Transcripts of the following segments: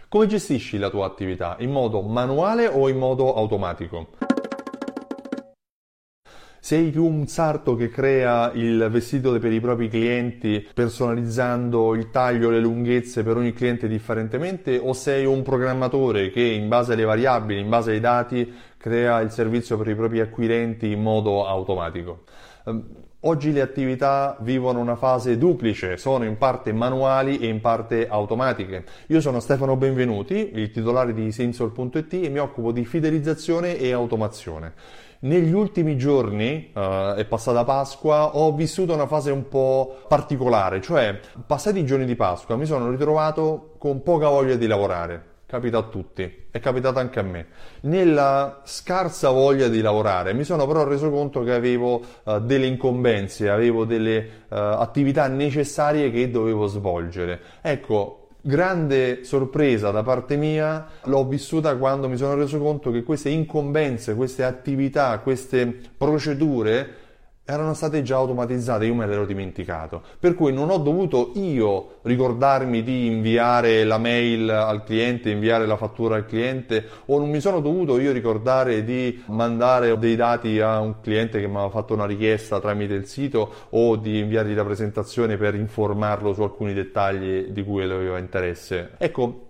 Come gestisci la tua attività? In modo manuale o in modo automatico? Sei più un sarto che crea il vestito per i propri clienti personalizzando il taglio e le lunghezze per ogni cliente differentemente, o sei un programmatore che in base alle variabili, in base ai dati, crea il servizio per i propri acquirenti in modo automatico? Oggi le attività vivono una fase duplice, sono in parte manuali e in parte automatiche. Io sono Stefano Benvenuti, il titolare di Sensor.it, e mi occupo di fidelizzazione e automazione. Negli ultimi giorni, è passata Pasqua, ho vissuto una fase un po' particolare, cioè passati i giorni di Pasqua mi sono ritrovato con poca voglia di lavorare. Capita a tutti, è capitato anche a me. Nella scarsa voglia di lavorare mi sono però reso conto che avevo delle incombenze, avevo delle attività necessarie che dovevo svolgere. Ecco, grande sorpresa da parte mia l'ho vissuta quando mi sono reso conto che queste incombenze, queste attività, queste procedure erano state già automatizzate, io me l'ero dimenticato, per cui non ho dovuto io ricordarmi di inviare la mail al cliente, inviare la fattura al cliente, o non mi sono dovuto io ricordare di mandare dei dati a un cliente che mi aveva fatto una richiesta tramite il sito, o di inviargli la presentazione per informarlo su alcuni dettagli di cui aveva interesse. Ecco,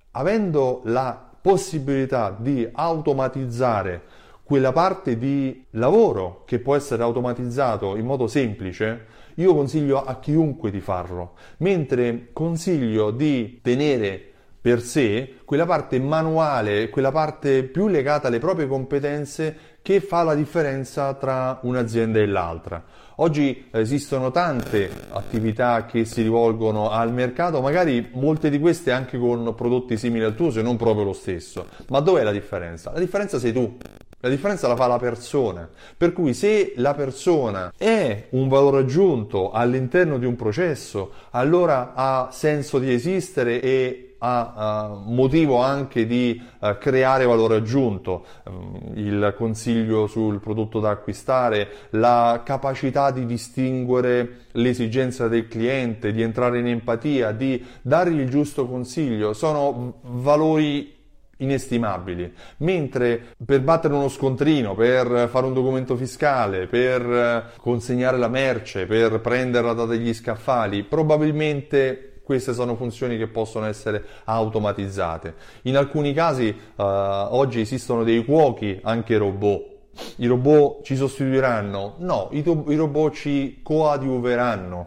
avendo la possibilità di automatizzare quella parte di lavoro che può essere automatizzato in modo semplice, io consiglio a chiunque di farlo, mentre consiglio di tenere per sé quella parte manuale, quella parte più legata alle proprie competenze che fa la differenza tra un'azienda e l'altra. Oggi esistono tante attività che si rivolgono al mercato, magari molte di queste anche con prodotti simili al tuo, se non proprio lo stesso. Ma dov'è la differenza? La differenza sei tu. La differenza la fa la persona, per cui se la persona è un valore aggiunto all'interno di un processo, allora ha senso di esistere e ha motivo anche di creare valore aggiunto. Il consiglio sul prodotto da acquistare, la capacità di distinguere l'esigenza del cliente, di entrare in empatia, di dargli il giusto consiglio, sono valori inestimabili, mentre per battere uno scontrino, per fare un documento fiscale, per consegnare la merce, per prenderla da degli scaffali, probabilmente queste sono funzioni che possono essere automatizzate. In alcuni casi oggi esistono dei cuochi, anche robot. I robot ci sostituiranno? No, i robot ci coadiuveranno.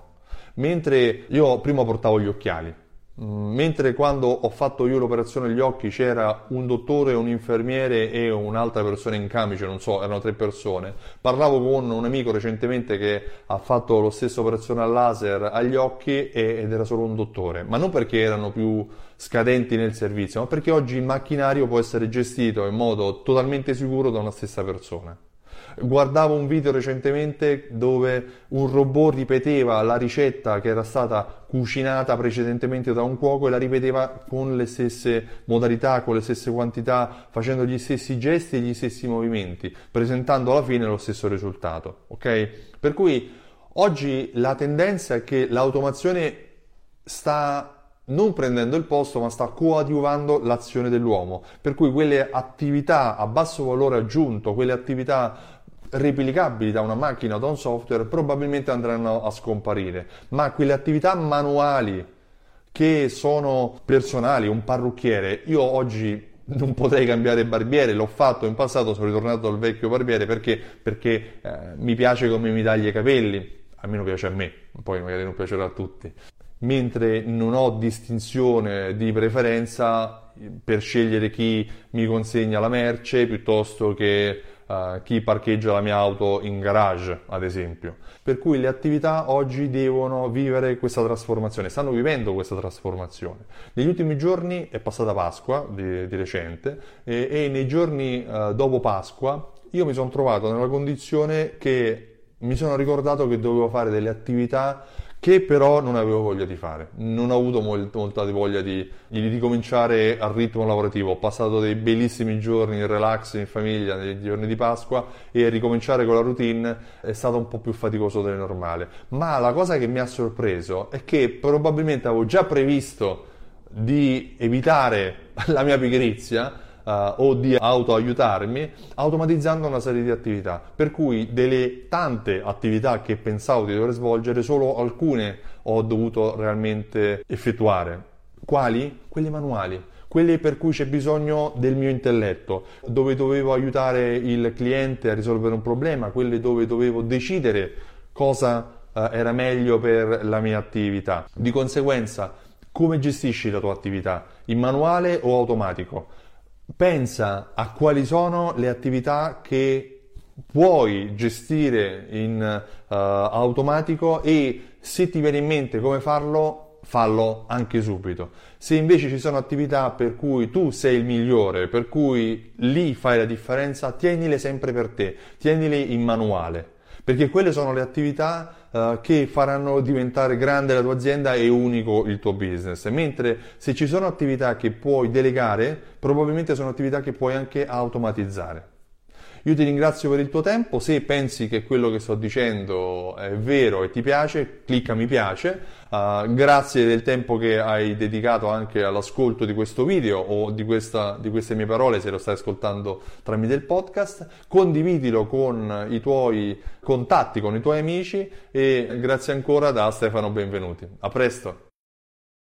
Mentre io prima portavo gli occhiali, mentre quando ho fatto io l'operazione agli occhi c'era un dottore, un infermiere e un'altra persona in camice, non so, erano 3 persone. Parlavo con un amico recentemente che ha fatto la stessa operazione al laser agli occhi ed era solo un dottore, ma non perché erano più scadenti nel servizio, ma perché oggi il macchinario può essere gestito in modo totalmente sicuro da una stessa persona. Guardavo un video recentemente dove un robot ripeteva la ricetta che era stata cucinata precedentemente da un cuoco e la ripeteva con le stesse modalità, con le stesse quantità, facendo gli stessi gesti e gli stessi movimenti, presentando alla fine lo stesso risultato. Ok? Per cui oggi la tendenza è che l'automazione sta non prendendo il posto, ma sta coadiuvando l'azione dell'uomo, per cui quelle attività a basso valore aggiunto, quelle attività replicabili da una macchina o da un software probabilmente andranno a scomparire, ma quelle attività manuali che sono personali, un parrucchiere, io oggi non potrei cambiare barbiere, l'ho fatto in passato, sono ritornato al vecchio barbiere perché mi piace come mi taglia i capelli, almeno piace a me, poi magari non piacerà a tutti. Mentre non ho distinzione di preferenza per scegliere chi mi consegna la merce piuttosto che chi parcheggia la mia auto in garage, ad esempio. Per cui le attività oggi devono vivere questa trasformazione, stanno vivendo questa trasformazione. Negli ultimi giorni è passata Pasqua, di recente, e nei giorni dopo Pasqua io mi sono trovato nella condizione che mi sono ricordato che dovevo fare delle attività che però non avevo voglia di fare. Non ho avuto molta voglia di cominciare al ritmo lavorativo. Ho passato dei bellissimi giorni in relax, in famiglia, nei giorni di Pasqua, e ricominciare con la routine è stato un po' più faticoso del normale. Ma la cosa che mi ha sorpreso è che probabilmente avevo già previsto di evitare la mia pigrizia o di autoaiutarmi automatizzando una serie di attività, per cui delle tante attività che pensavo di dover svolgere, solo alcune ho dovuto realmente effettuare. Quali? Quelle manuali, quelle per cui c'è bisogno del mio intelletto, dove dovevo aiutare il cliente a risolvere un problema, quelle dove dovevo decidere cosa era meglio per la mia attività. Di conseguenza, come gestisci la tua attività? In manuale o automatico? Pensa a quali sono le attività che puoi gestire in automatico e se ti viene in mente come farlo, fallo anche subito. Se invece ci sono attività per cui tu sei il migliore, per cui lì fai la differenza, tienile sempre per te, tienile in manuale, perché quelle sono le attività che faranno diventare grande la tua azienda e unico il tuo business, mentre se ci sono attività che puoi delegare, probabilmente sono attività che puoi anche automatizzare. Io ti ringrazio per il tuo tempo, se pensi che quello che sto dicendo è vero e ti piace, clicca mi piace, grazie del tempo che hai dedicato anche all'ascolto di questo video o di queste mie parole se lo stai ascoltando tramite il podcast, condividilo con i tuoi contatti, con i tuoi amici e grazie ancora da Stefano Benvenuti. A presto!